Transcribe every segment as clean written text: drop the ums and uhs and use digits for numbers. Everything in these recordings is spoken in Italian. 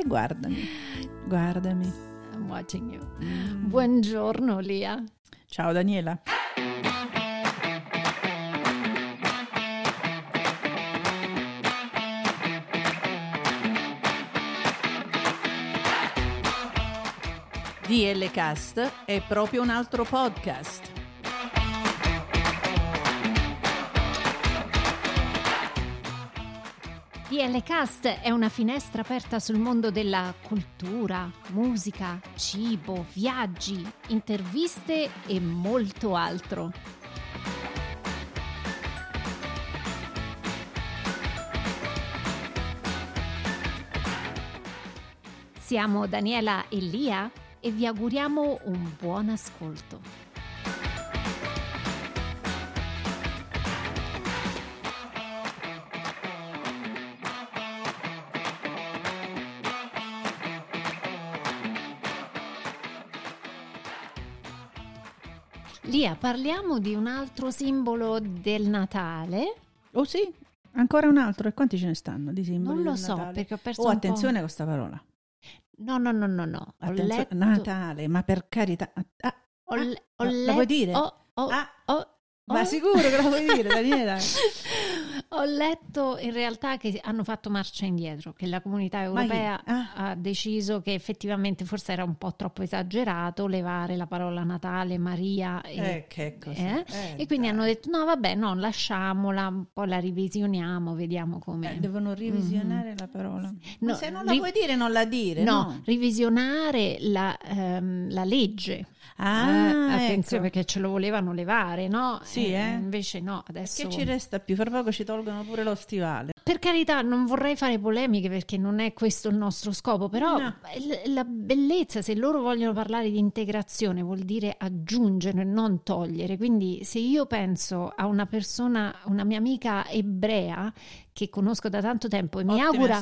E guardami. I'm watching you. Buongiorno Lia. Ciao Daniela. DL Cast è proprio un altro podcast. DL Cast è una finestra aperta sul mondo della cultura, musica, cibo, viaggi, interviste e molto altro. Siamo Daniela e Lia e vi auguriamo un buon ascolto. Lia, parliamo di un altro simbolo del Natale. Oh sì, ancora un altro. E quanti ce ne stanno di simboli Non lo del so, Natale? perché ho perso Oh, un attenzione con questa parola. po'. No. Ho letto... Natale, ma per carità. Ho la letto... puoi dire? Ma sicuro che la puoi dire, Daniela? Ho letto in realtà che hanno fatto marcia indietro, che la comunità europea ha deciso che effettivamente forse era un po' troppo esagerato levare la parola Natale, Maria che così. E quindi hanno detto no vabbè, no, lasciamola, un po' la rivisioniamo, vediamo come. Devono revisionare la parola. No, Ma se non la puoi dire, non la dire. No, revisionare la legge. Attenzione, ecco. perché ce lo volevano levare, no? Sì, invece no, adesso... Che ci resta più? Fra poco ci tolgono pure lo stivale. Per carità, non vorrei fare polemiche perché non è questo il nostro scopo, però No. la bellezza, se loro vogliono parlare di integrazione, vuol dire aggiungere e non togliere. Quindi se io penso a una persona, una mia amica ebrea che conosco da tanto tempo e mi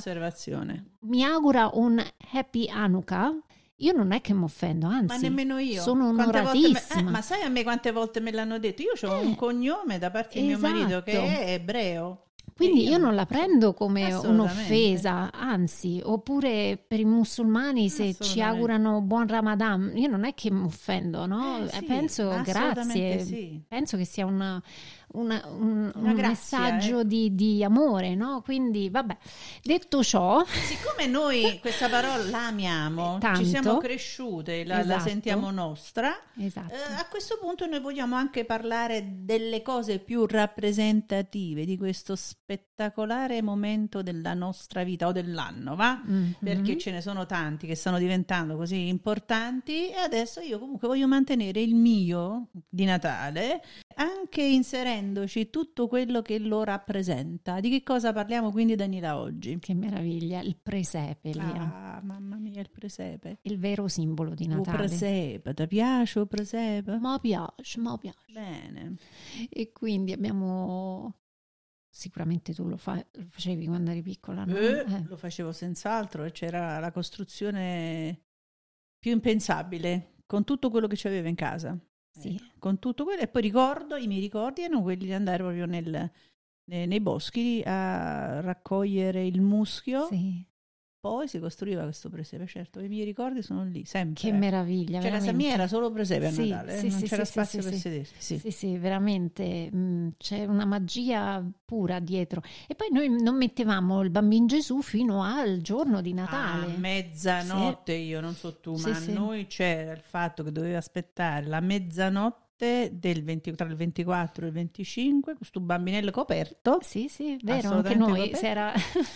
augura un Happy Hanukkah, io non è che mi offendo, anzi, ma nemmeno io. Sono onoratissima. Ma sai a me quante volte me l'hanno detto? Io ho un cognome da parte di mio marito che è ebreo. Quindi io non la prendo come un'offesa, anzi, oppure per i musulmani se ci augurano buon Ramadan, io non è che mi offendo, no? Sì, penso grazie, sì. penso che sia un grazia, messaggio di amore, no? Quindi vabbè, detto ciò, siccome noi questa parola la amiamo, ci siamo cresciute, la sentiamo nostra, a questo punto noi vogliamo anche parlare delle cose più rappresentative di questo spettacolare momento della nostra vita o dell'anno, va? Perché ce ne sono tanti che stanno diventando così importanti e adesso io comunque voglio mantenere il mio di Natale, anche inserendoci tutto quello che lo rappresenta. Di che cosa parliamo quindi, Daniela, oggi? Che meraviglia, il presepe, Lia. Mamma mia, il presepe. Il vero simbolo di Natale. Il presepe, ti piace il presepe? Ma piace. Bene. E quindi abbiamo... Sicuramente tu lo facevi quando eri piccola, no? Lo facevo senz'altro e c'era la costruzione più impensabile, con tutto quello che c'aveva in casa. Sì. Con tutto quello, e poi i miei ricordi erano quelli di andare proprio nei boschi a raccogliere il muschio. Sì. Poi si costruiva questo presepe, certo, i miei ricordi sono lì, sempre. Che meraviglia, cioè, veramente. Casa mia era solo presepe a Natale, non c'era spazio per sì. sedersi. Sì, veramente, c'è una magia pura dietro. E poi noi non mettevamo il bambino Gesù fino al giorno di Natale. A mezzanotte, io non so tu, ma a noi c'era il fatto che doveva aspettare la mezzanotte tra il 24 e il 25, questo bambinello coperto. Sì, vero, anche noi coperto. Si era...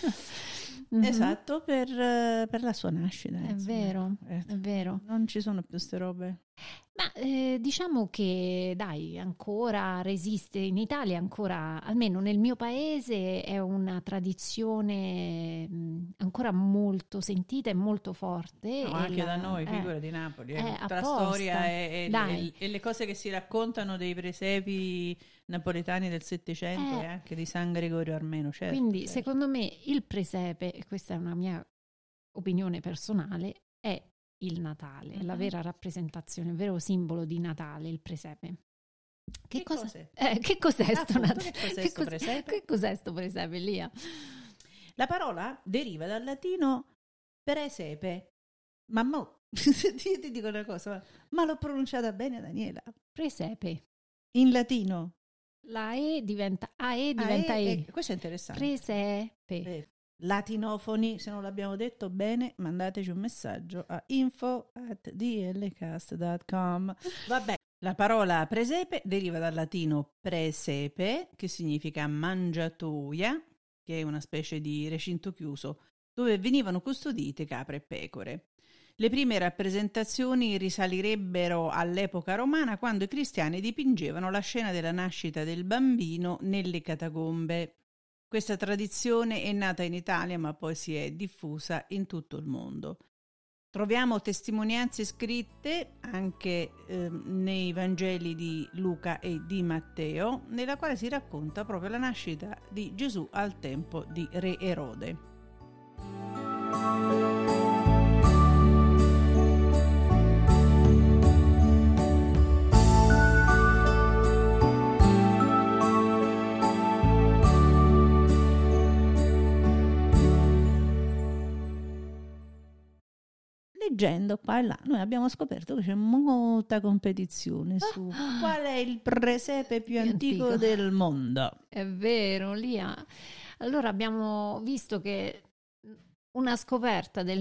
Esatto, per la sua nascita. È vero. Non ci sono più queste robe. Ma diciamo che dai, ancora resiste in Italia, ancora, almeno nel mio paese, è una tradizione ancora molto sentita e molto forte. No, anche da noi, figura di Napoli, tutta la apposta. storia e le cose che si raccontano dei presepi napoletani del Settecento e anche di San Gregorio Armeno. Certo, quindi secondo me il presepe, e questa è una mia opinione personale, è il Natale, la vera rappresentazione, il vero simbolo di Natale, il presepe. Che cos'è? Che cos'è sto Natale? Che cos'è sto presepe, Lia? La parola deriva dal latino presepe. Ma io ti dico una cosa, ma l'ho pronunciata bene, Daniela? Presepe. In latino? La E diventa E. Questo è interessante. Presepe. Latinofoni, se non l'abbiamo detto bene, mandateci un messaggio a info@dlcast.com. Vabbè, la parola presepe deriva dal latino presepe, che significa mangiatoia, che è una specie di recinto chiuso dove venivano custodite capre e pecore. Le prime rappresentazioni risalirebbero all'epoca romana, quando i cristiani dipingevano la scena della nascita del bambino nelle catacombe. Questa tradizione è nata in Italia, ma poi si è diffusa in tutto il mondo. Troviamo testimonianze scritte anche nei Vangeli di Luca e di Matteo, nella quale si racconta proprio la nascita di Gesù al tempo di Re Erode. Leggendo qua e là, noi abbiamo scoperto che c'è molta competizione su qual è il presepe più antico del mondo. È vero, Lia. Allora abbiamo visto che una scoperta del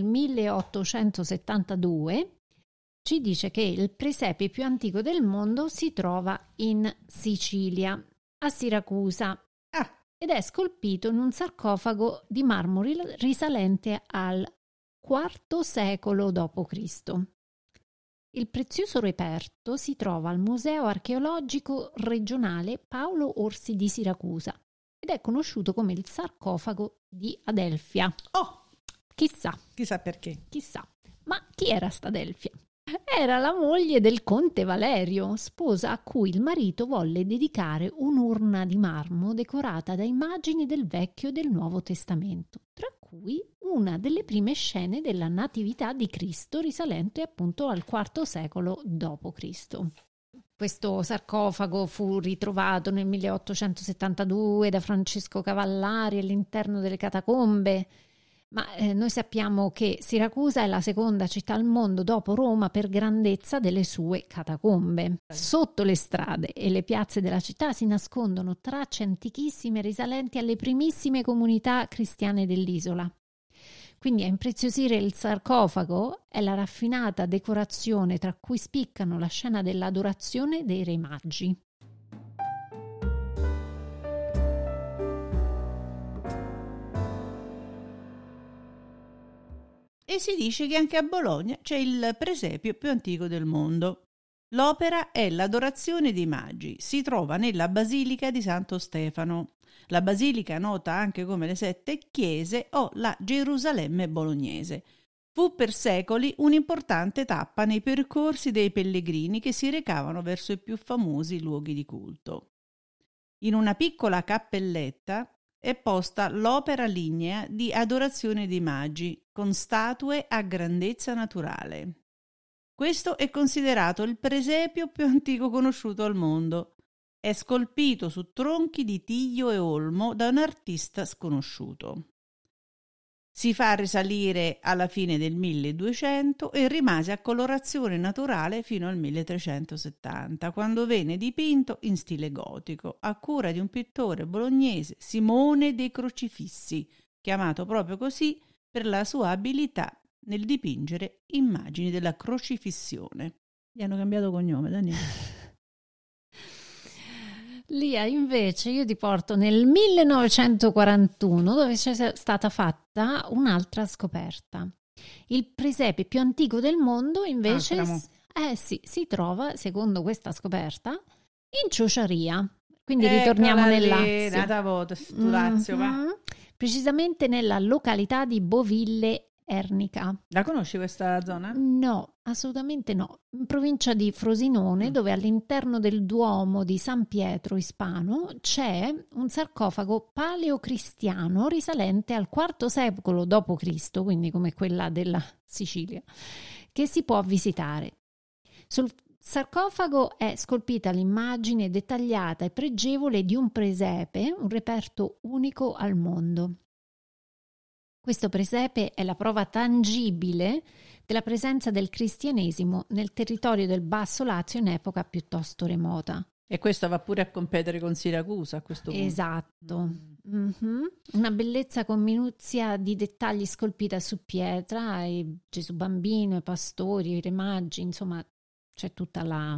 1872 ci dice che il presepe più antico del mondo si trova in Sicilia, a Siracusa, ed è scolpito in un sarcofago di marmo risalente al IV secolo d.C. Il prezioso reperto si trova al Museo Archeologico Regionale Paolo Orsi di Siracusa ed è conosciuto come il sarcofago di Adelfia. Chissà perché. Chissà. Ma chi era sta Adelfia? Era la moglie del conte Valerio, sposa a cui il marito volle dedicare un'urna di marmo decorata da immagini del Vecchio e del Nuovo Testamento, tra cui una delle prime scene della Natività di Cristo risalente appunto al IV secolo d.C. Questo sarcofago fu ritrovato nel 1872 da Francesco Cavallari all'interno delle catacombe, ma noi sappiamo che Siracusa è la seconda città al mondo dopo Roma per grandezza delle sue catacombe. Sotto le strade e le piazze della città si nascondono tracce antichissime risalenti alle primissime comunità cristiane dell'isola. Quindi a impreziosire il sarcofago è la raffinata decorazione tra cui spiccano la scena dell'adorazione dei Re Magi. E si dice che anche a Bologna c'è il presepio più antico del mondo. L'opera è l'Adorazione dei Magi. Si trova nella Basilica di Santo Stefano. La basilica, nota anche come le Sette Chiese o la Gerusalemme bolognese. Fu per secoli un'importante tappa nei percorsi dei pellegrini che si recavano verso i più famosi luoghi di culto. In una piccola cappelletta è posta l'opera lignea di Adorazione dei Magi, con statue a grandezza naturale. Questo è considerato il presepio più antico conosciuto al mondo. È scolpito su tronchi di tiglio e olmo da un artista sconosciuto. Si fa risalire alla fine del 1200 e rimase a colorazione naturale fino al 1370, quando venne dipinto in stile gotico, a cura di un pittore bolognese, Simone dei Crocifissi, chiamato proprio così per la sua abilità nel dipingere immagini della crocifissione. Gli hanno cambiato cognome, Daniele. Lia, invece, io ti porto nel 1941, dove c'è stata fatta un'altra scoperta. Il presepe più antico del mondo, invece, si trova, secondo questa scoperta, in Ciociaria. Quindi ritorniamo nel Lazio. Precisamente nella località di Boville Ernica. La conosci questa zona? No, assolutamente no. In provincia di Frosinone, dove all'interno del Duomo di San Pietro Ispano c'è un sarcofago paleocristiano risalente al IV secolo d.C., quindi come quella della Sicilia, che si può visitare. Sul sarcofago è scolpita l'immagine dettagliata e pregevole di un presepe, un reperto unico al mondo. Questo presepe è la prova tangibile della presenza del cristianesimo nel territorio del Basso Lazio in epoca piuttosto remota. E questo va pure a competere con Siracusa a questo punto. Esatto. Una bellezza con minuzia di dettagli scolpita su pietra, e Gesù bambino, i pastori, i re magi, insomma c'è tutta la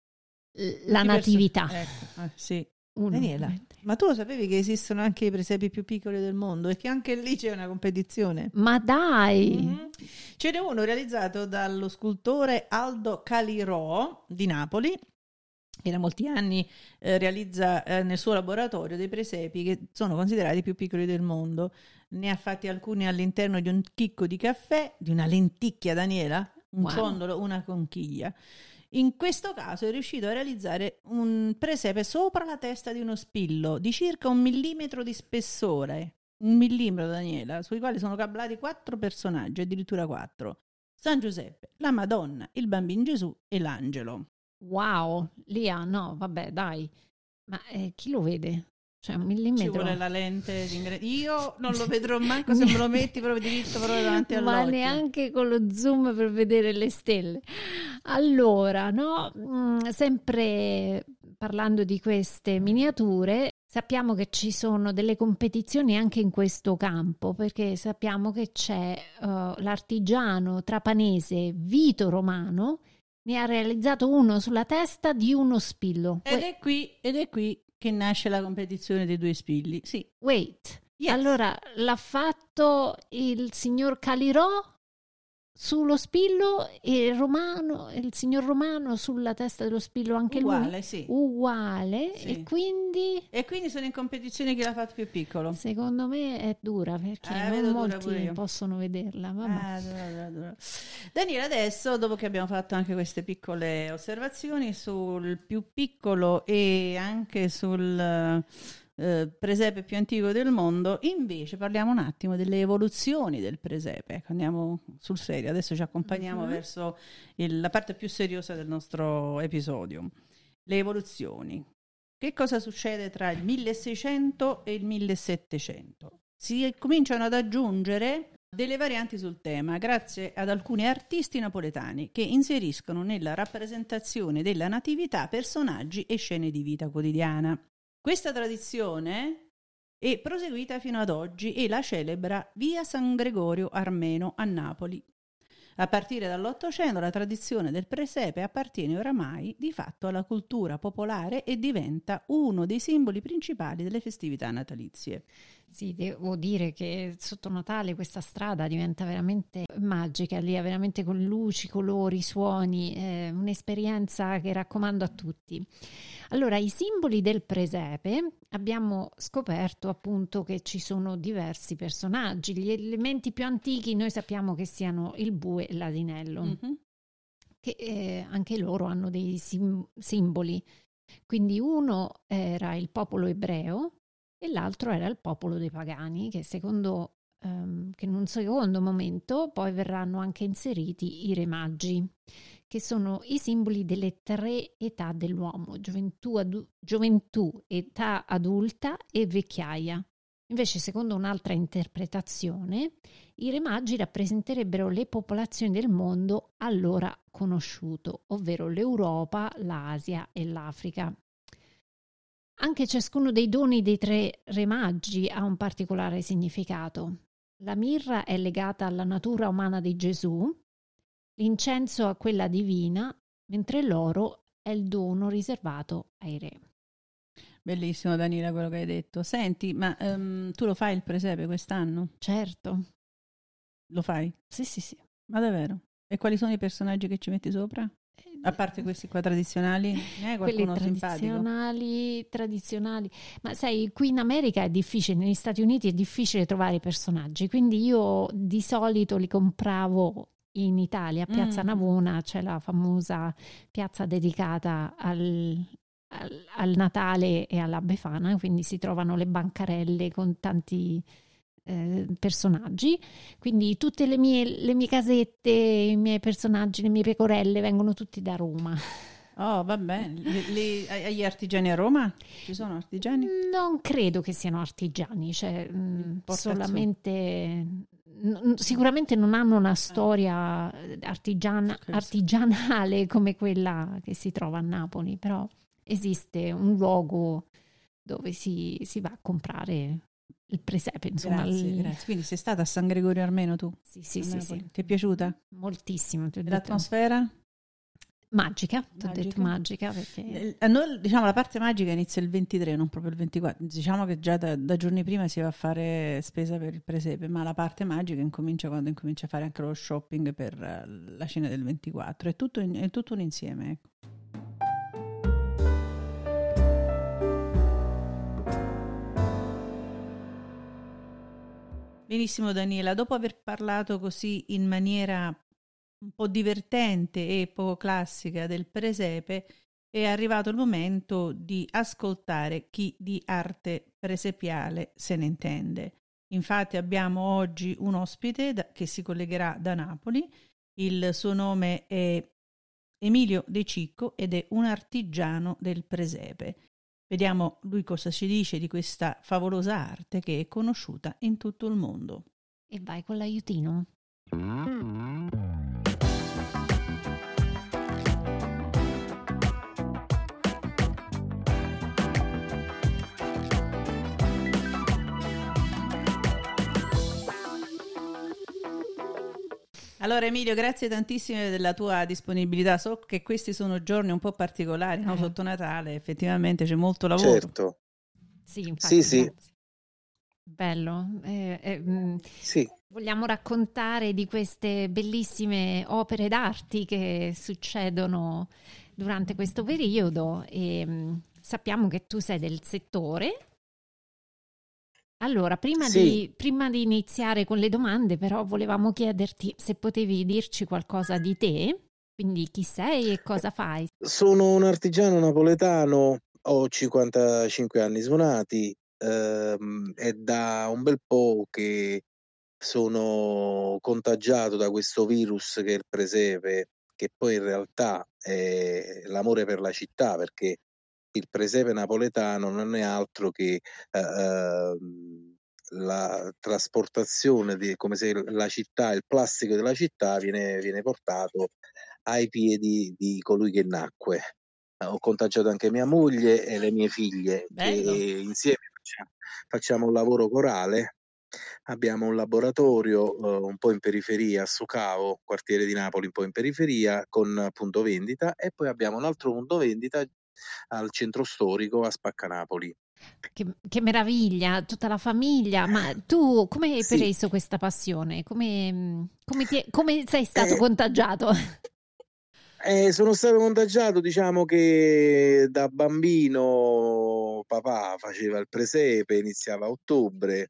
natività. Ecco, sì. Daniela, ma tu lo sapevi che esistono anche i presepi più piccoli del mondo e che anche lì c'è una competizione? Ma dai! Ce n'è uno realizzato dallo scultore Aldo Calirò di Napoli, che da molti anni realizza nel suo laboratorio dei presepi che sono considerati i più piccoli del mondo. Ne ha fatti alcuni all'interno di un chicco di caffè, di una lenticchia, Daniela, un ciondolo, una conchiglia. In questo caso è riuscito a realizzare un presepe sopra la testa di uno spillo di circa 1 millimetro di spessore. 1 millimetro, Daniela, sui quali sono cablati 4 personaggi, addirittura 4. San Giuseppe, la Madonna, il Bambino Gesù e l'Angelo. Wow, Lia, no, vabbè, dai. Ma chi lo vede? Cioè, 1 millimetro. Ci vuole la lente. Io non lo vedrò manco se me lo metti proprio diritto proprio davanti all'occhio. Ma neanche con lo zoom per vedere le stelle. Allora, no, sempre parlando di queste miniature, sappiamo che ci sono delle competizioni anche in questo campo, perché sappiamo che c'è l'artigiano trapanese Vito Romano, ne ha realizzato uno sulla testa di uno spillo. Ed è qui che nasce la competizione dei 2 spilli. Sì. Wait. Yes. Allora, l'ha fatto il signor Calirò sullo spillo e il signor Romano sulla testa dello spillo anche uguale, lui? Sì. Uguale, sì. E quindi sono in competizione chi l'ha fatto più piccolo. Secondo me è dura, perché non molti possono vederla. Dura. Daniela, adesso, dopo che abbiamo fatto anche queste piccole osservazioni sul più piccolo e anche sul presepe più antico del mondo, invece parliamo un attimo delle evoluzioni del presepe. Andiamo sul serio, adesso ci accompagniamo verso la parte più seriosa del nostro episodio. Le evoluzioni. Che cosa succede tra il 1600 e il 1700? Si cominciano ad aggiungere delle varianti sul tema grazie ad alcuni artisti napoletani che inseriscono nella rappresentazione della natività personaggi e scene di vita quotidiana. Questa tradizione è proseguita fino ad oggi e la celebra via San Gregorio Armeno a Napoli. A partire dall'Ottocento la tradizione del presepe appartiene oramai di fatto alla cultura popolare e diventa uno dei simboli principali delle festività natalizie. Sì, devo dire che sotto Natale questa strada diventa veramente magica, lì veramente con luci, colori, suoni, un'esperienza che raccomando a tutti. Allora, i simboli del presepe, abbiamo scoperto appunto che ci sono diversi personaggi. Gli elementi più antichi noi sappiamo che siano il bue e l'asino, che anche loro hanno dei simboli. Quindi uno era il popolo ebreo e l'altro era il popolo dei pagani, che che in un secondo momento poi verranno anche inseriti i re magi, che sono i simboli delle 3 età dell'uomo: gioventù, età adulta e vecchiaia. Invece, secondo un'altra interpretazione, i re magi rappresenterebbero le popolazioni del mondo allora conosciuto, ovvero l'Europa, l'Asia e l'Africa. Anche ciascuno dei doni dei 3 re magi ha un particolare significato. La mirra è legata alla natura umana di Gesù, l'incenso a quella divina, mentre l'oro è il dono riservato ai re. Bellissimo, Daniela, quello che hai detto. Senti, ma tu lo fai il presepe quest'anno? Certo. Lo fai? Sì. Ma davvero? E quali sono i personaggi che ci metti sopra? A parte questi qua tradizionali? Qualcuno tradizionali. Ma sai, qui in America è difficile, negli Stati Uniti è difficile trovare i personaggi, quindi io di solito li compravo in Italia, a Piazza Navona, c'è la famosa piazza dedicata al Natale e alla Befana, quindi si trovano le bancarelle con tanti personaggi, quindi tutte le mie casette, i miei personaggi, le mie pecorelle vengono tutti da Roma. Oh, vabbè, gli artigiani a Roma? Ci sono artigiani? Non credo che siano artigiani, cioè solamente sicuramente non hanno una storia artigianale come quella che si trova a Napoli, però esiste un luogo dove si va a comprare il presepe, insomma. Grazie. Quindi sei stata a San Gregorio Armeno tu? Sì. Ti è piaciuta? Moltissimo. L'atmosfera? Magica, ti ho detto magica perché... Noi, diciamo, la parte magica inizia il 23, non proprio il 24. Diciamo che già da giorni prima si va a fare spesa per il presepe, ma la parte magica incomincia quando incomincia a fare anche lo shopping per la cena del 24. È tutto un insieme, ecco. Benissimo Daniela, dopo aver parlato così in maniera un po' divertente e poco classica del presepe, è arrivato il momento di ascoltare chi di arte presepiale se ne intende. Infatti abbiamo oggi un ospite che si collegherà da Napoli, il suo nome è Emilio De Cicco ed è un artigiano del presepe. Vediamo lui cosa ci dice di questa favolosa arte che è conosciuta in tutto il mondo. E vai con l'aiutino. Allora Emilio, grazie tantissimo della tua disponibilità. So che questi sono giorni un po' particolari, no? Sotto Natale effettivamente c'è molto lavoro. Certo. Sì, infatti. Sì. Bello. Sì. Vogliamo raccontare di queste bellissime opere d'arte che succedono durante questo periodo e sappiamo che tu sei del settore. Allora, prima di iniziare con le domande, però, volevamo chiederti se potevi dirci qualcosa di te, quindi chi sei e cosa fai. Sono un artigiano napoletano, ho 55 anni suonati, è da un bel po' che sono contagiato da questo virus che è il presepe, che poi in realtà è l'amore per la città, perché il presepe napoletano non è altro che la trasportazione di come se la città, il plastico della città viene portato ai piedi di colui che nacque. Ho contagiato anche mia moglie e le mie figlie. Bello. Che insieme facciamo un lavoro corale. Abbiamo un laboratorio un po' in periferia, a Sucavo, quartiere di Napoli, un po' in periferia, con punto vendita, e poi abbiamo un altro punto vendita al centro storico a Spaccanapoli. Che meraviglia, tutta la famiglia. Ma tu come hai preso questa passione? Come sei stato contagiato? Sono stato contagiato, diciamo che da bambino papà faceva il presepe, iniziava a ottobre.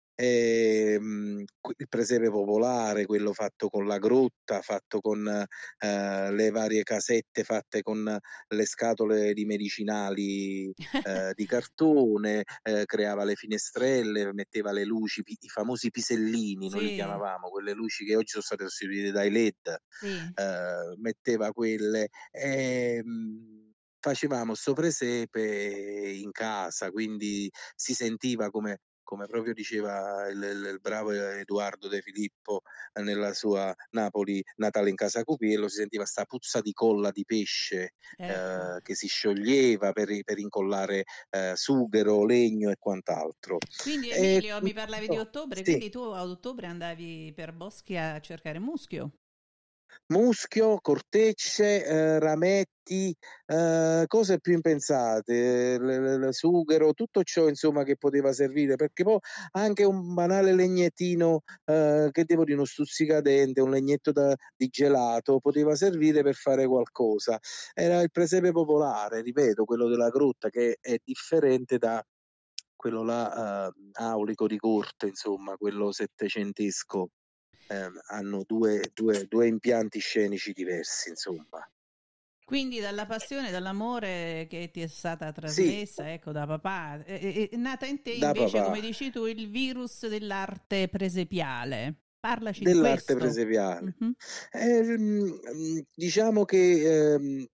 Il presepe popolare, quello fatto con la grotta, fatto con le varie casette fatte con le scatole di medicinali di cartone, creava le finestrelle, metteva le luci, i famosi pisellini, noi li chiamavamo, quelle luci che oggi sono state sostituite dai LED, metteva quelle. Facevamo sto presepe in casa, quindi si sentiva come proprio diceva il bravo Edoardo De Filippo nella sua Napoli Natale in casa Cupiello, si sentiva sta puzza di colla di pesce che si scioglieva per incollare sughero, legno e quant'altro. Quindi Emilio, mi parlavi di ottobre, quindi tu a ottobre andavi per boschi a cercare muschio? Muschio, cortecce, rametti, cose più impensate, sughero, tutto ciò insomma che poteva servire, perché poi anche un banale legnettino, che devo dire, uno stuzzicadente, un legnetto di gelato poteva servire per fare qualcosa. Era il presepe popolare, ripeto, quello della grotta, che è differente da quello là aulico di corte, insomma, quello settecentesco. Hanno due impianti scenici diversi, insomma. Quindi dalla passione, dall'amore che ti è stata trasmessa, ecco, da papà, è nata in te invece, come dici tu, il virus dell'arte presepiale. Parlaci dell'arte di questo. presepiale. Diciamo che c'è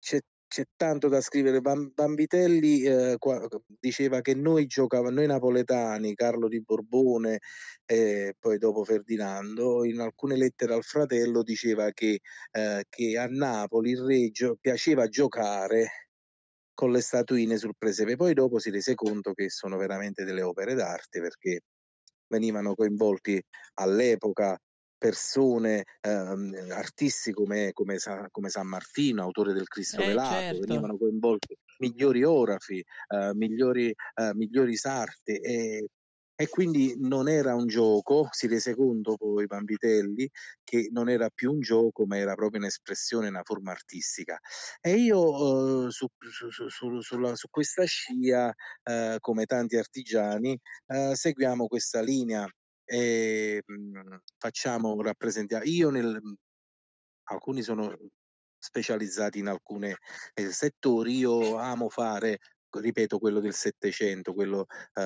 c'è tanto da scrivere. Vanvitelli diceva che noi napoletani, Carlo di Borbone e poi dopo Ferdinando, in alcune lettere al fratello diceva che a Napoli il re piaceva giocare con le statuine sul presepe. Poi dopo si rese conto che sono veramente delle opere d'arte, perché venivano coinvolti all'epoca persone, artisti come San Martino, autore del Cristo velato, certo. venivano coinvolti migliori orafi, migliori sarti, e quindi non era un gioco. Si rese conto poi Vanvitelli che non era più un gioco, ma era proprio un'espressione, una forma artistica. E io su questa scia, come tanti artigiani, seguiamo questa linea e rappresentiamo. Alcuni sono specializzati in alcuni settori. Io amo fare, ripeto, quello del Settecento, quello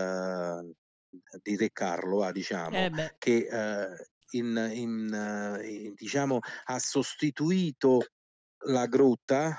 di Re Carlo, diciamo, che diciamo ha sostituito la grotta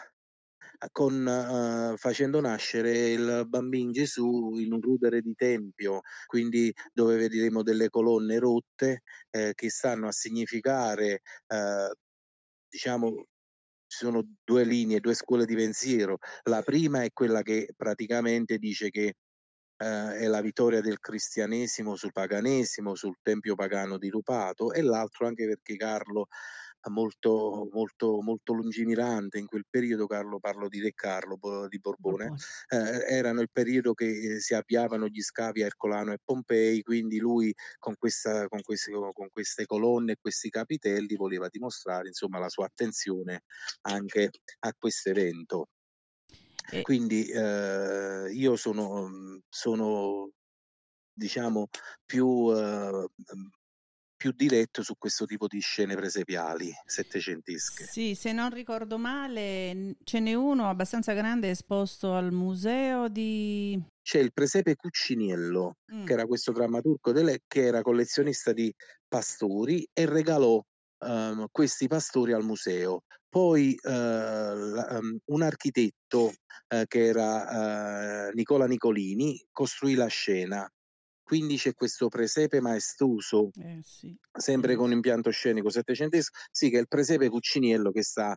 facendo nascere il bambino Gesù in un rudere di tempio, quindi dove vedremo delle colonne rotte che stanno a significare, diciamo, ci sono due linee, due scuole di pensiero. La prima è quella che praticamente dice che è la vittoria del cristianesimo sul paganesimo, sul tempio pagano dirupato, e l'altro anche perché Carlo, molto, molto, molto lungimirante in quel periodo, parlo di Re Carlo di Borbone, erano il periodo che si avviavano gli scavi a Ercolano e Pompei, quindi lui con queste colonne e questi capitelli voleva dimostrare, insomma, la sua attenzione anche a questo evento. Quindi io sono diciamo più diretto su questo tipo di scene presepiali settecentesche. Sì, se non ricordo male, ce n'è uno abbastanza grande esposto al museo di... C'è il presepe Cucciniello, che era questo drammaturgo che era collezionista di pastori e regalò questi pastori al museo. Poi un architetto che era Nicola Nicolini costruì la scena. Quindi c'è questo presepe maestoso, sempre con impianto scenico settecentesco, sì, che è il presepe Cucciniello che sta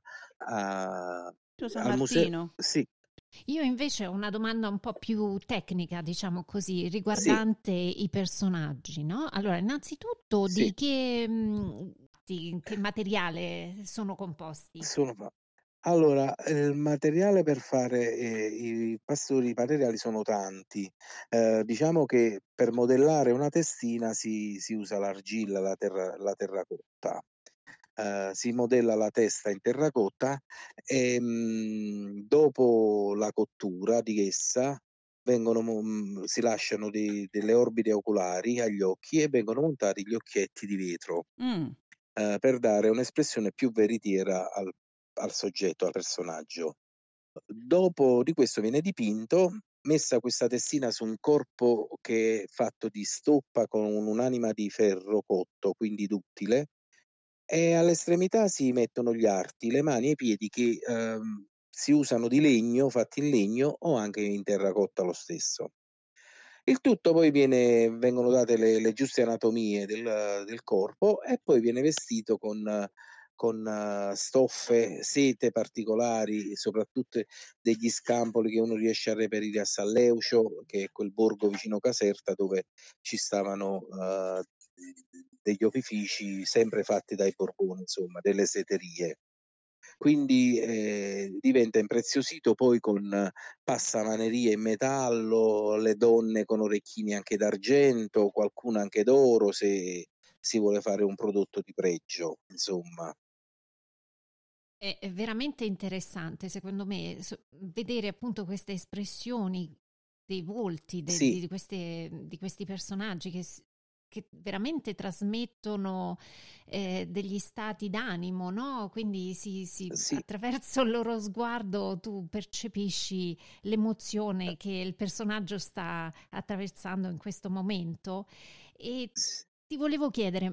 al museo. Sì. Io invece ho una domanda un po' più tecnica, diciamo così, riguardante i personaggi, no? Allora, innanzitutto di che materiale sono composti? Allora, il materiale per fare i pastori, i materiali sono tanti. Diciamo che per modellare una testina si usa l'argilla, la terracotta. Si modella la testa in terracotta e dopo la cottura di essa si lasciano delle orbite oculari agli occhi e vengono montati gli occhietti di vetro per dare un'espressione più veritiera al soggetto, al personaggio. Dopo di questo viene dipinto, messa questa testina su un corpo che è fatto di stoppa con un'anima di ferro cotto, quindi duttile, e all'estremità si mettono gli arti, le mani e i piedi che si usano di legno, fatti in legno o anche in terracotta lo stesso. Il tutto poi vengono date le giuste anatomie del corpo e poi viene vestito con stoffe, sete particolari, soprattutto degli scampoli che uno riesce a reperire a San Leucio, che è quel borgo vicino Caserta dove ci stavano degli opifici sempre fatti dai Borboni, insomma, delle seterie. Quindi diventa impreziosito poi con passamanerie in metallo, le donne con orecchini anche d'argento, qualcuno anche d'oro se si vuole fare un prodotto di pregio, insomma. È veramente interessante, secondo me, vedere appunto queste espressioni dei volti di questi personaggi che veramente trasmettono degli stati d'animo, no? Quindi attraverso il loro sguardo tu percepisci l'emozione che il personaggio sta attraversando in questo momento. E Ti volevo chiedere,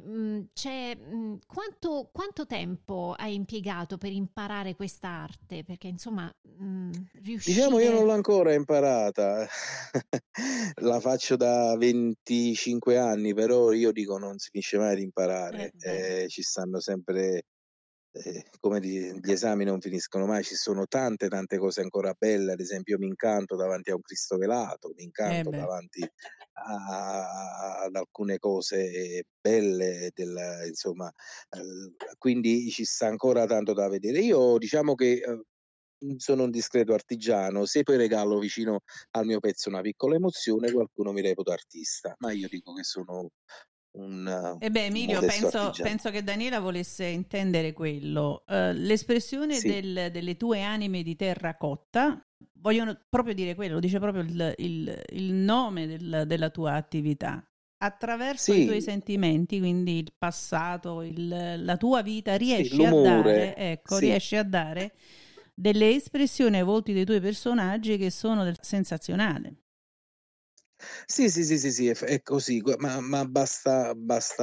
quanto tempo hai impiegato per imparare quest'arte? Perché insomma, Diciamo io non riuscire... l'ho ancora imparata, la faccio da 25 anni, però io dico non si finisce mai di imparare, ci stanno sempre, come gli esami non finiscono mai, ci sono tante cose ancora belle, ad esempio io mi incanto davanti a un Cristo velato, mi incanto davanti ad alcune cose belle, insomma, quindi ci sta ancora tanto da vedere. Io diciamo che sono un discreto artigiano, se poi regalo vicino al mio pezzo una piccola emozione, qualcuno mi reputa artista, ma io dico che sono un Emilio, modesto artigiano. penso che Daniela volesse intendere quello. L'espressione Sì. delle tue anime di terracotta, vogliono proprio dire quello, dice proprio il nome della tua attività. Attraverso i tuoi sentimenti, quindi il passato, la tua vita, riesci a dare delle espressioni ai volti dei tuoi personaggi che sono sensazionali. Sì, è così, ma basta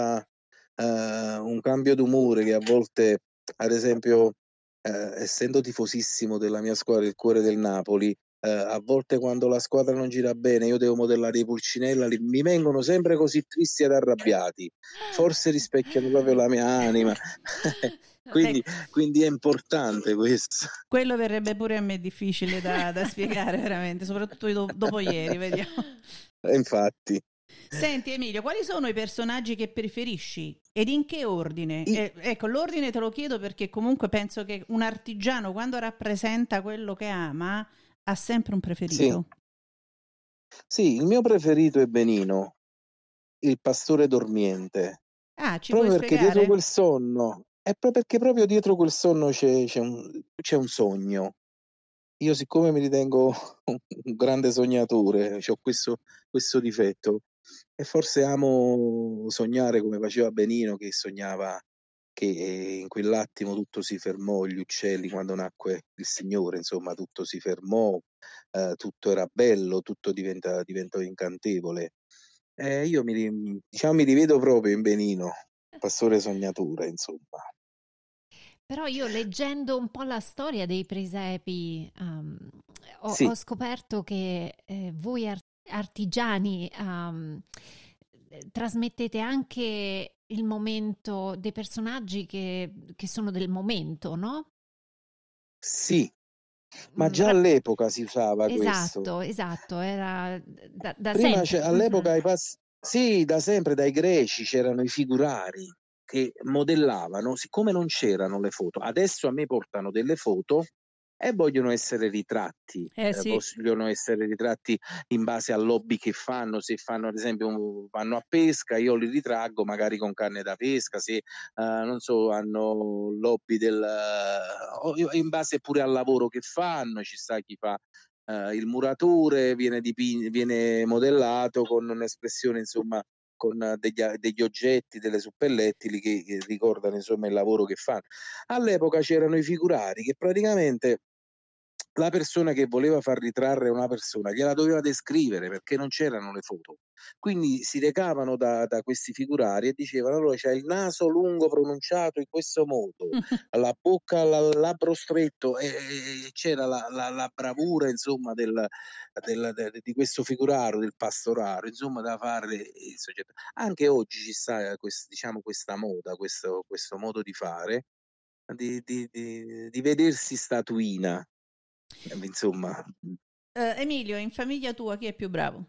un cambio d'umore che a volte, ad esempio, essendo tifosissimo della mia squadra, il cuore del Napoli, a volte quando la squadra non gira bene, io devo modellare i Pulcinella, mi vengono sempre così tristi ed arrabbiati, forse rispecchiano proprio la mia anima. Quindi è importante questo. Quello verrebbe pure a me difficile da spiegare veramente, soprattutto dopo ieri, vediamo. Infatti. Senti Emilio, quali sono i personaggi che preferisci ed in che ordine? Ecco, l'ordine te lo chiedo perché comunque penso che un artigiano quando rappresenta quello che ama ha sempre un preferito. Sì, il mio preferito è Benino, il pastore dormiente. Ci proprio puoi perché spiegare? dietro quel sonno, è proprio perché proprio dietro quel sonno c'è un sogno. Io siccome mi ritengo un grande sognatore, ho questo difetto e forse amo sognare come faceva Benino, che sognava che in quell'attimo tutto si fermò, gli uccelli, quando nacque il Signore, insomma tutto si fermò, tutto era bello, tutto diventò incantevole. Io mi rivedo proprio in Benino, pastore sognatore, insomma. Però io leggendo un po' la storia dei presepi ho scoperto che voi artigiani trasmettete anche il momento dei personaggi che sono del momento, no? Sì, ma già all'epoca si usava questo. Esatto, era da Prima sempre. all'epoca sì, da sempre dai greci c'erano i figurari che modellavano, siccome non c'erano le foto. Adesso a me portano delle foto e vogliono essere ritratti, vogliono essere ritratti in base all'hobby che fanno. Se fanno, ad esempio, vanno a pesca, io li ritraggo magari con canne da pesca, se non so, hanno l'hobby in base pure al lavoro che fanno, ci sta chi fa il muratore, viene modellato con un'espressione, insomma, con degli oggetti, delle suppellettili che ricordano insomma il lavoro che fanno. All'epoca c'erano i figurari che praticamente la persona che voleva far ritrarre una persona gliela doveva descrivere perché non c'erano le foto. Quindi si recavano da questi figurari e dicevano: allora c'è il naso lungo pronunciato in questo modo, la bocca, labbro stretto, e c'era la bravura, insomma, di questo figurario, del pastorato, insomma, da fare il soggetto. Anche oggi ci sta diciamo questa moda, questo modo di fare, di vedersi statuina. Insomma. Emilio, in famiglia tua chi è più bravo?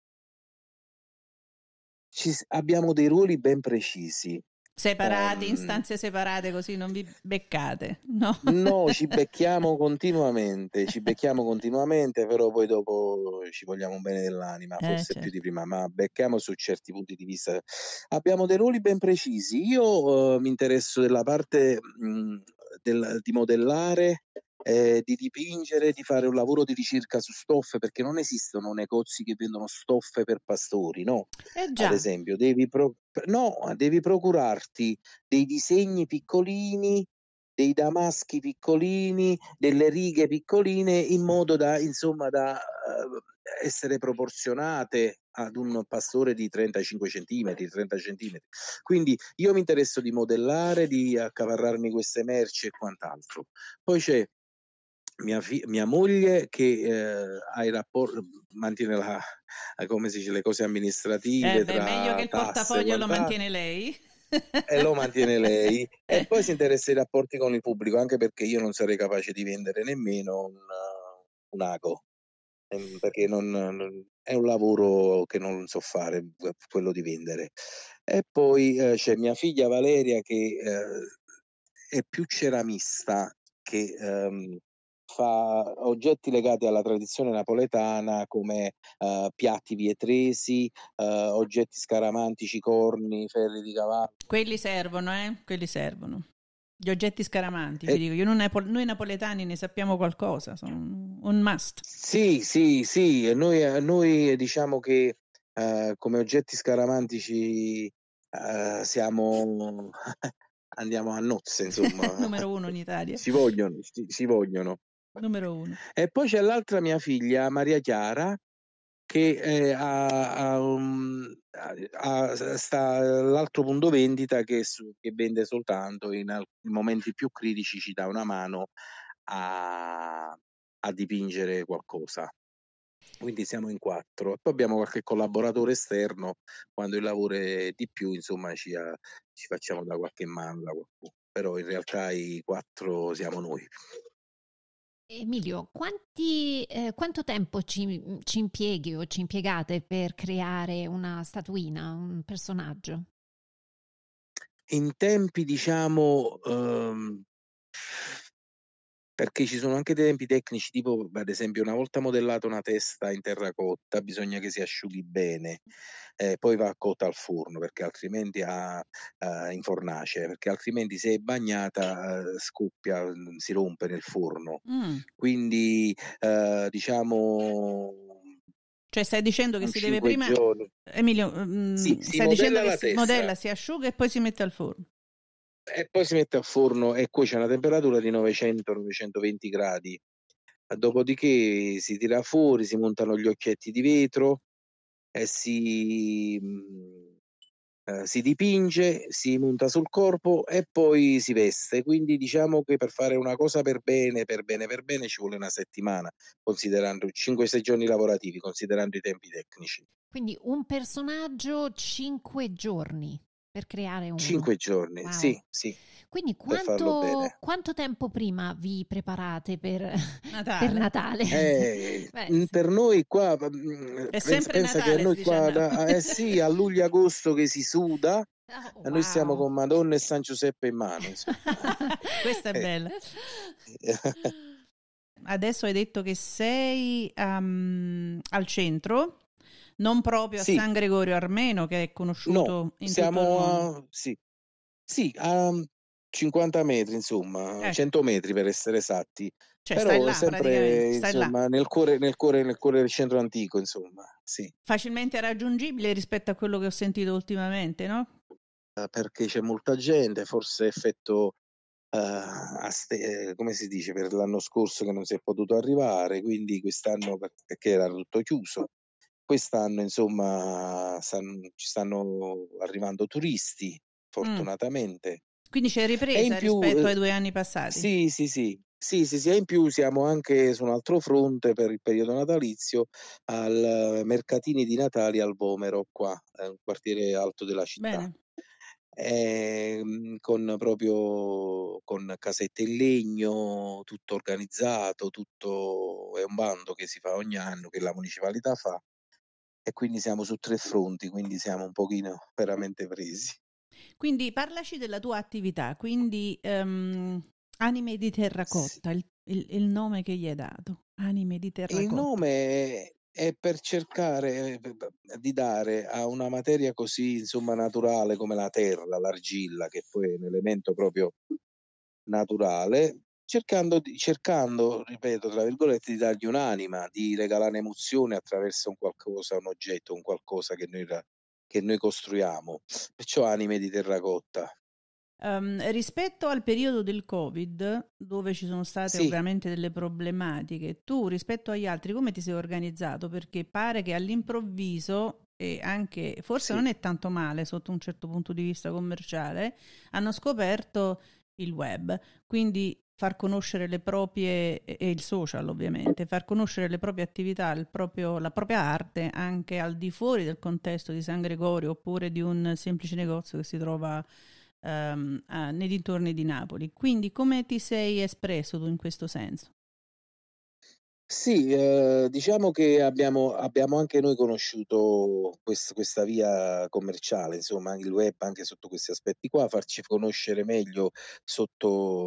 Abbiamo dei ruoli ben precisi. Separati, in stanze separate, così non vi beccate, no? No, ci becchiamo continuamente, però poi dopo ci vogliamo bene dell'anima, forse più di prima, ma becchiamo su certi punti di vista. Abbiamo dei ruoli ben precisi. Io mi interesso della parte di modellare, di dipingere, di fare un lavoro di ricerca su stoffe, perché non esistono negozi che vendono stoffe per pastori, no? Ad esempio, devi procurarti dei disegni piccolini, dei damaschi piccolini, delle righe piccoline, in modo da insomma essere proporzionate ad un pastore di 35 centimetri, 30 centimetri. Quindi io mi interesso di modellare, di accaparrarmi queste merci e quant'altro. Poi c'è mia moglie che ha i mantiene come si dice, le cose amministrative meglio che tra il tasse e portafoglio lo quant'altro. mantiene lei. E lo mantiene lei. E poi si interessa ai rapporti con il pubblico, anche perché io non sarei capace di vendere nemmeno un ago, perché è un lavoro che non so fare, quello di vendere. E poi c'è mia figlia Valeria che è più ceramista, che fa oggetti legati alla tradizione napoletana come piatti vietresi, oggetti scaramantici, corni, ferri di cavallo. Quelli servono, quelli servono. Gli oggetti scaramantici, E dico, noi napoletani ne sappiamo qualcosa, sono un must. sì, e noi diciamo che come oggetti scaramantici andiamo a nozze, insomma. Numero 1 in Italia. Si vogliono. Numero 1. E poi c'è l'altra mia figlia, Maria Chiara, che sta all'altro punto vendita che vende soltanto in momenti più critici, ci dà una mano a dipingere qualcosa. Quindi siamo in 4. E poi abbiamo qualche collaboratore esterno, quando il lavoro è di più, insomma ci facciamo da qualche mano, da qualcuno. Però in realtà i 4 siamo noi. Emilio, quanto tempo ci impieghi o ci impiegate per creare una statuina, un personaggio? In tempi, diciamo, perché ci sono anche dei tempi tecnici, tipo ad esempio una volta modellata una testa in terracotta bisogna che si asciughi bene, poi va cotta al forno perché altrimenti in fornace, perché altrimenti se è bagnata scoppia, si rompe nel forno. Quindi diciamo cioè stai dicendo che si deve 5 prima, giorni. Emilio, Si stai dicendo che si testa. modella, si asciuga e poi si mette al forno. E poi si mette a forno e cuoce a una temperatura di 900-920 gradi. Dopodiché si tira fuori, si montano gli occhietti di vetro e si dipinge, si monta sul corpo e poi si veste. Quindi diciamo che per fare una cosa per bene ci vuole una settimana, considerando 5-6 giorni lavorativi, considerando i tempi tecnici. Quindi un personaggio 5 giorni per creare uno. 5 giorni, wow. Sì. Quindi Per farlo bene. quanto tempo prima vi preparate per Natale? Per Natale? Per noi qua è sempre pensa Natale, che a noi qua sì, a luglio-agosto che si suda, wow. noi stiamo con Madonna e San Giuseppe in mano. Questa è bella. Adesso hai detto che sei al centro, non proprio a San Gregorio Armeno, che è conosciuto in tutto il mondo. Sì, a 50 metri, insomma, 100 metri per essere esatti. Cioè, però stai là, sempre insomma, là. nel cuore del centro antico, insomma, sì. Facilmente raggiungibile rispetto a quello che ho sentito ultimamente, no? Perché c'è molta gente, forse effetto come si dice, per l'anno scorso che non si è potuto arrivare, quindi quest'anno perché era tutto chiuso. Quest'anno insomma ci stanno arrivando turisti, fortunatamente. Quindi c'è ripresa rispetto ai 2 anni passati? Sì, e in più siamo anche su un altro fronte per il periodo natalizio al Mercatini di Natale al Vomero, qua, è un quartiere alto della città. Con casette in legno, tutto organizzato, è un bando che si fa ogni anno, che la municipalità fa, e quindi siamo su 3 fronti, quindi siamo un pochino veramente presi. Quindi parlaci della tua attività, quindi Anime di Terracotta, sì. il nome che gli hai dato, Anime di Terracotta. Il nome è per cercare di dare a una materia così, insomma, naturale come la terra, l'argilla, che poi è un elemento proprio naturale, cercando, ripeto, tra virgolette, di dargli un'anima, di regalare emozione attraverso un qualcosa, un oggetto, un qualcosa che noi costruiamo. Perciò Anime di Terracotta. Rispetto al periodo del Covid, dove ci sono state ovviamente delle problematiche, tu rispetto agli altri come ti sei organizzato? Perché pare che all'improvviso, e anche forse non è tanto male sotto un certo punto di vista commerciale, hanno scoperto il web, quindi far conoscere le proprie, e il social ovviamente, far conoscere le proprie attività, la propria arte anche al di fuori del contesto di San Gregorio oppure di un semplice negozio che si trova nei dintorni di Napoli. Quindi come ti sei espresso tu in questo senso? Sì, diciamo che abbiamo anche noi conosciuto questa via commerciale, insomma, il web anche sotto questi aspetti qua, farci conoscere meglio sotto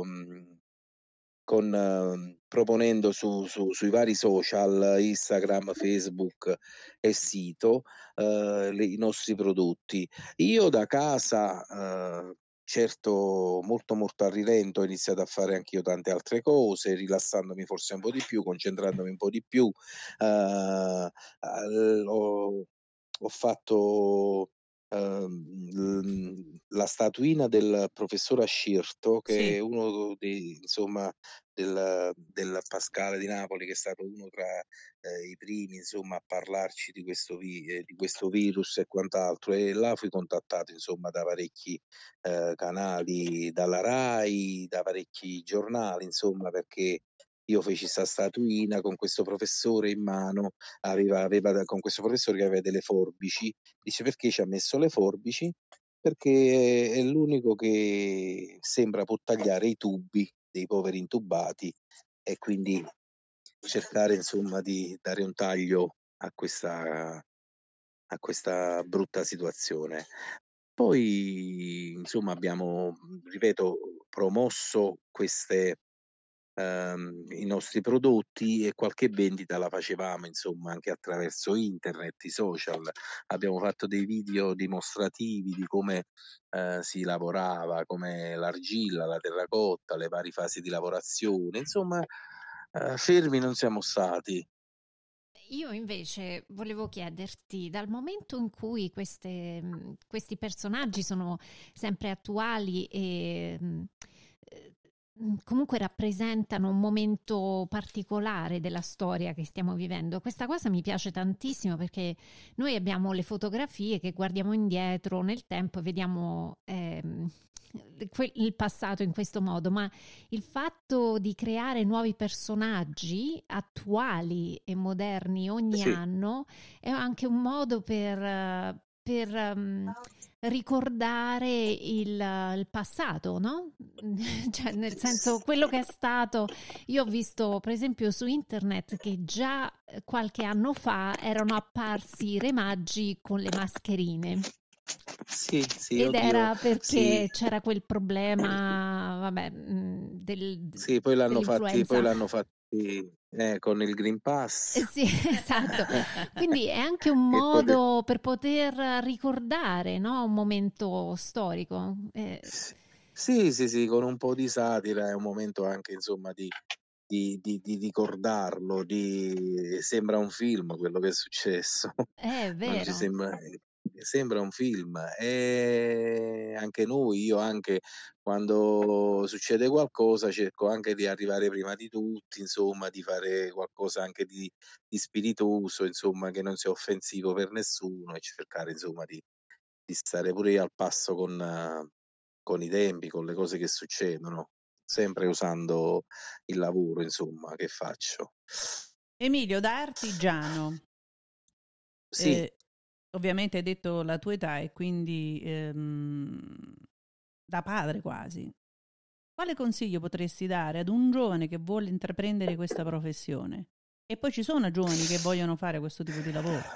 proponendo sui vari social, Instagram, Facebook e sito, i nostri prodotti. Io da casa, certo molto, molto a rilento ho iniziato a fare anch'io tante altre cose, rilassandomi forse un po' di più, concentrandomi un po' di più. Al ho fatto, la statuina del professor Ascirto, che è uno dei insomma del Pascale di Napoli, che è stato uno tra i primi insomma a parlarci di questo virus e quant'altro, e là fui contattato insomma da parecchi canali, dalla Rai, da parecchi giornali, insomma, perché io feci 'sta statuina con questo professore in mano, con questo professore che aveva delle forbici. Dice: "Perché ci ha messo le forbici?" "Perché è l'unico che sembra può tagliare i tubi dei poveri intubati, e quindi cercare insomma di dare un taglio a questa brutta situazione." Poi insomma abbiamo, ripeto, promosso i nostri prodotti, e qualche vendita la facevamo insomma anche attraverso internet, i social. Abbiamo fatto dei video dimostrativi di come si lavorava, come l'argilla, la terracotta, le varie fasi di lavorazione, insomma, fermi non siamo stati. Io invece volevo chiederti, dal momento in cui questi personaggi sono sempre attuali e comunque rappresentano un momento particolare della storia che stiamo vivendo, questa cosa mi piace tantissimo, perché noi abbiamo le fotografie che guardiamo indietro nel tempo e vediamo il passato in questo modo, ma il fatto di creare nuovi personaggi attuali e moderni ogni anno è anche un modo per ricordare il passato, no? Cioè, nel senso, quello che è stato. Io ho visto, per esempio, su internet che già qualche anno fa erano apparsi i re magi con le mascherine. Sì, Ed oddio, era sì. perché c'era quel problema, vabbè, Sì, poi l'hanno fatti dell'influenza. con il Green Pass. Sì, esatto. Quindi è anche un modo per poter ricordare, no? Un momento storico. Sì, con un po' di satira, è un momento anche insomma di ricordarlo, sembra un film quello che è successo. È Non ci vero. sembra un film, e anche noi, io anche quando succede qualcosa cerco anche di arrivare prima di tutti, insomma, di fare qualcosa anche di spiritoso, insomma, che non sia offensivo per nessuno, e cercare insomma di stare pure io al passo con i tempi, con le cose che succedono, sempre usando il lavoro insomma che faccio. Emilio, da artigiano, Sì. ovviamente hai detto la tua età e quindi da padre quasi. Quale consiglio potresti dare ad un giovane che vuole intraprendere questa professione? E poi ci sono giovani che vogliono fare questo tipo di lavoro.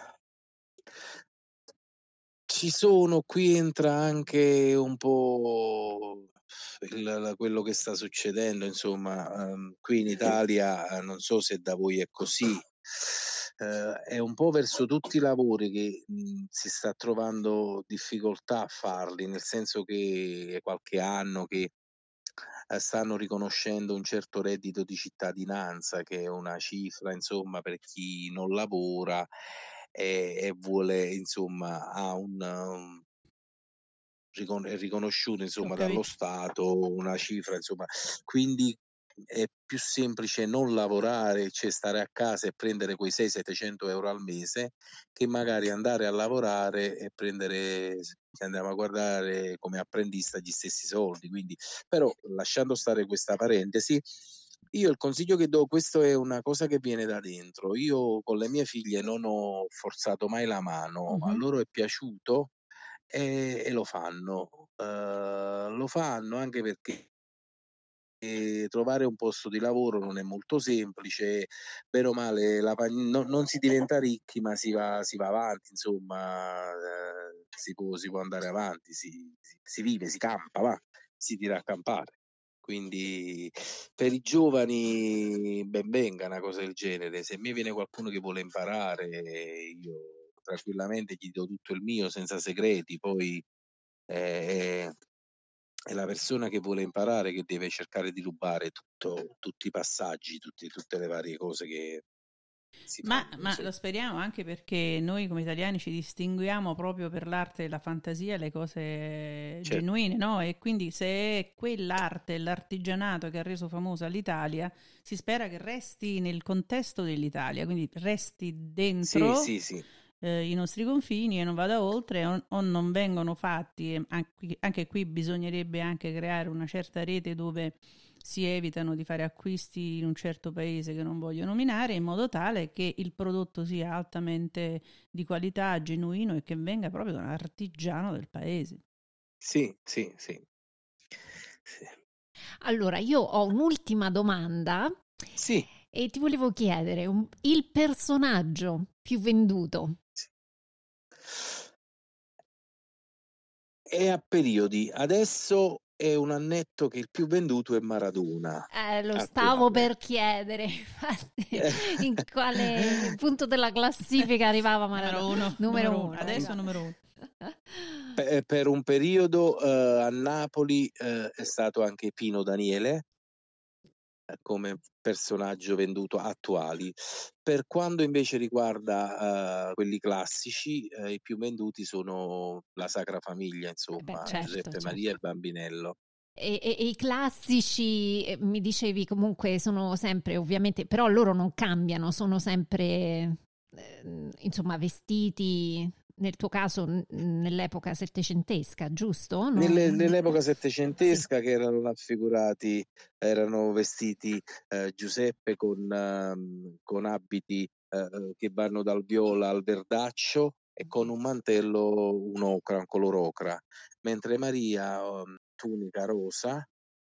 Qui entra anche un po' quello che sta succedendo, insomma, qui in Italia, non so se da voi è così, è un po' verso tutti i lavori che si sta trovando difficoltà a farli, nel senso che è qualche anno che stanno riconoscendo un certo reddito di cittadinanza, che è una cifra insomma per chi non lavora e vuole insomma ha è riconosciuto insomma dallo Stato, una cifra insomma, quindi è più semplice non lavorare, cioè stare a casa e prendere quei 600-700 euro al mese, che magari andare a lavorare e prendere, se andiamo a guardare come apprendista, gli stessi soldi. Quindi, però, lasciando stare questa parentesi, io il consiglio che do, questo è una cosa che viene da dentro. Io con le mie figlie non ho forzato mai la mano, a loro è piaciuto e lo fanno. Lo fanno anche perché trovare un posto di lavoro non è molto semplice, bene o male non si diventa ricchi, ma si va avanti, insomma, si può andare avanti, si vive, si campa, va, si tira a campare. Quindi per i giovani ben venga una cosa del genere. Se mi viene qualcuno che vuole imparare, io tranquillamente gli do tutto il mio senza segreti, poi è la persona che vuole imparare che deve cercare di rubare tutti i passaggi, tutte le varie cose che si fanno. Ma lo speriamo, anche perché noi come italiani ci distinguiamo proprio per l'arte, la fantasia, le cose genuine, no? E quindi se è quell'arte, l'artigianato che ha reso famosa l'Italia, si spera che resti nel contesto dell'Italia, quindi resti dentro i nostri confini e non vada oltre, o non vengono fatti. Anche qui bisognerebbe anche creare una certa rete dove si evitano di fare acquisti in un certo paese che non voglio nominare, in modo tale che il prodotto sia altamente di qualità, genuino, e che venga proprio da un artigiano del paese. Sì. Allora, io ho un'ultima domanda. Sì. E ti volevo chiedere il personaggio più venduto. È a periodi. Adesso è un annetto che il più venduto è Maradona. Lo stavo per chiedere, infatti, in quale punto della classifica arrivava Maradona? Numero uno. Adesso numero uno. Per un periodo a Napoli è stato anche Pino Daniele come personaggio venduto attuali. Per quanto invece riguarda quelli classici, i più venduti sono la Sacra Famiglia, insomma, Giuseppe Maria e Bambinello. E i classici, mi dicevi, comunque sono sempre, ovviamente, però loro non cambiano, sono sempre insomma vestiti, nel tuo caso nell'epoca settecentesca, giusto? No? Nell'epoca settecentesca, sì, che erano raffigurati, erano vestiti Giuseppe con abiti che vanno dal viola al verdaccio e con un mantello, un color ocra, mentre Maria tunica rosa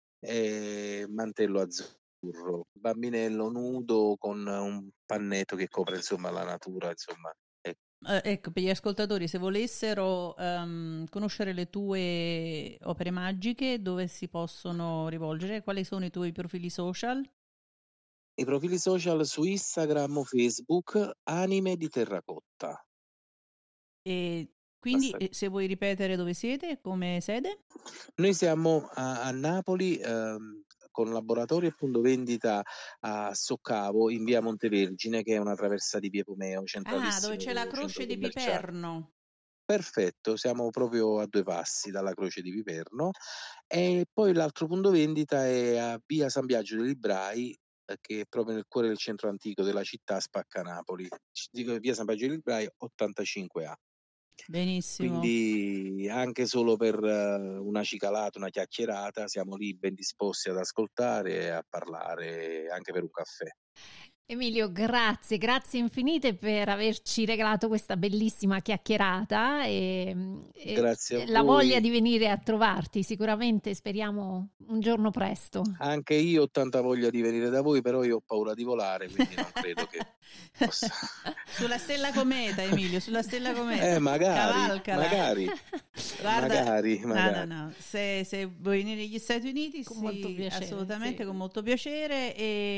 e mantello azzurro, Bambinello nudo con un pannetto che copre insomma la natura, insomma. Ecco, per gli ascoltatori, se volessero conoscere le tue opere magiche, dove si possono rivolgere? Quali sono i tuoi profili social? I profili social su Instagram o Facebook, Anime di Terracotta. E quindi, se vuoi ripetere dove siete, come sede? Noi siamo a Napoli, con laboratorio e punto vendita a Soccavo, in via Montevergine, che è una traversa di via Pomeo, centralissimo. Dove c'è la Croce di Piperno. Perfetto, siamo proprio a 2 passi dalla Croce di Piperno. E poi l'altro punto vendita è a via San Biagio dei Librai, che è proprio nel cuore del centro antico della città, Spacca Napoli. Dico via San Biagio dei Librai 85A. Benissimo. Quindi anche solo per una cicalata, una chiacchierata, siamo lì ben disposti ad ascoltare e a parlare anche per un caffè. Emilio, grazie infinite per averci regalato questa bellissima chiacchierata e grazie a la voi. Voglia di venire a trovarti, sicuramente speriamo un giorno presto. Anche io ho tanta voglia di venire da voi, però io ho paura di volare, quindi non credo che possa. Sulla Stella Cometa, Emilio, sulla Stella Cometa. Magari. Guarda, magari. No. Se vuoi venire negli Stati Uniti, con molto piacere, assolutamente, sì. Con molto piacere.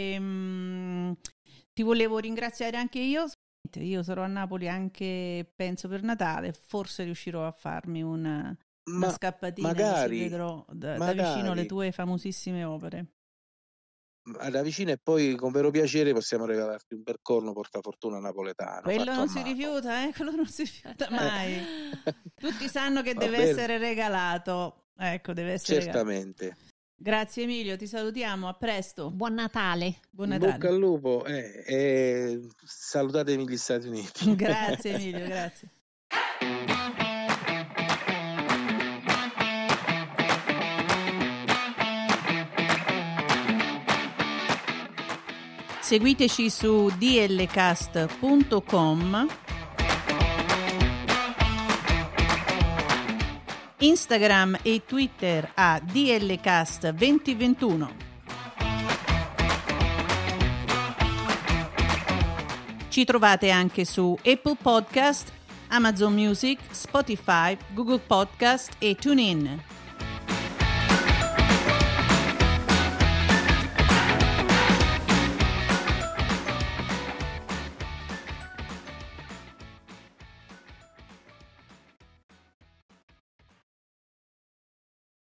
E ti volevo ringraziare anche io. Io sarò a Napoli anche, penso, per Natale. Forse riuscirò a farmi una scappatina, magari, così vedrò da vicino le tue famosissime opere. alla vicina, e poi con vero piacere possiamo regalarti un bel corno portafortuna napoletano. Quello non si rifiuta, quello non si rifiuta mai. Tutti sanno che deve essere regalato. Ecco, deve essere certamente regalato. Grazie Emilio, ti salutiamo, a presto. Buon Natale. Buon Natale. Bocca al lupo, salutatemi gli Stati Uniti. Grazie Emilio, grazie. Seguiteci su dlcast.com, Instagram e Twitter a dlcast2021. Ci trovate anche su Apple Podcast, Amazon Music, Spotify, Google Podcast e TuneIn.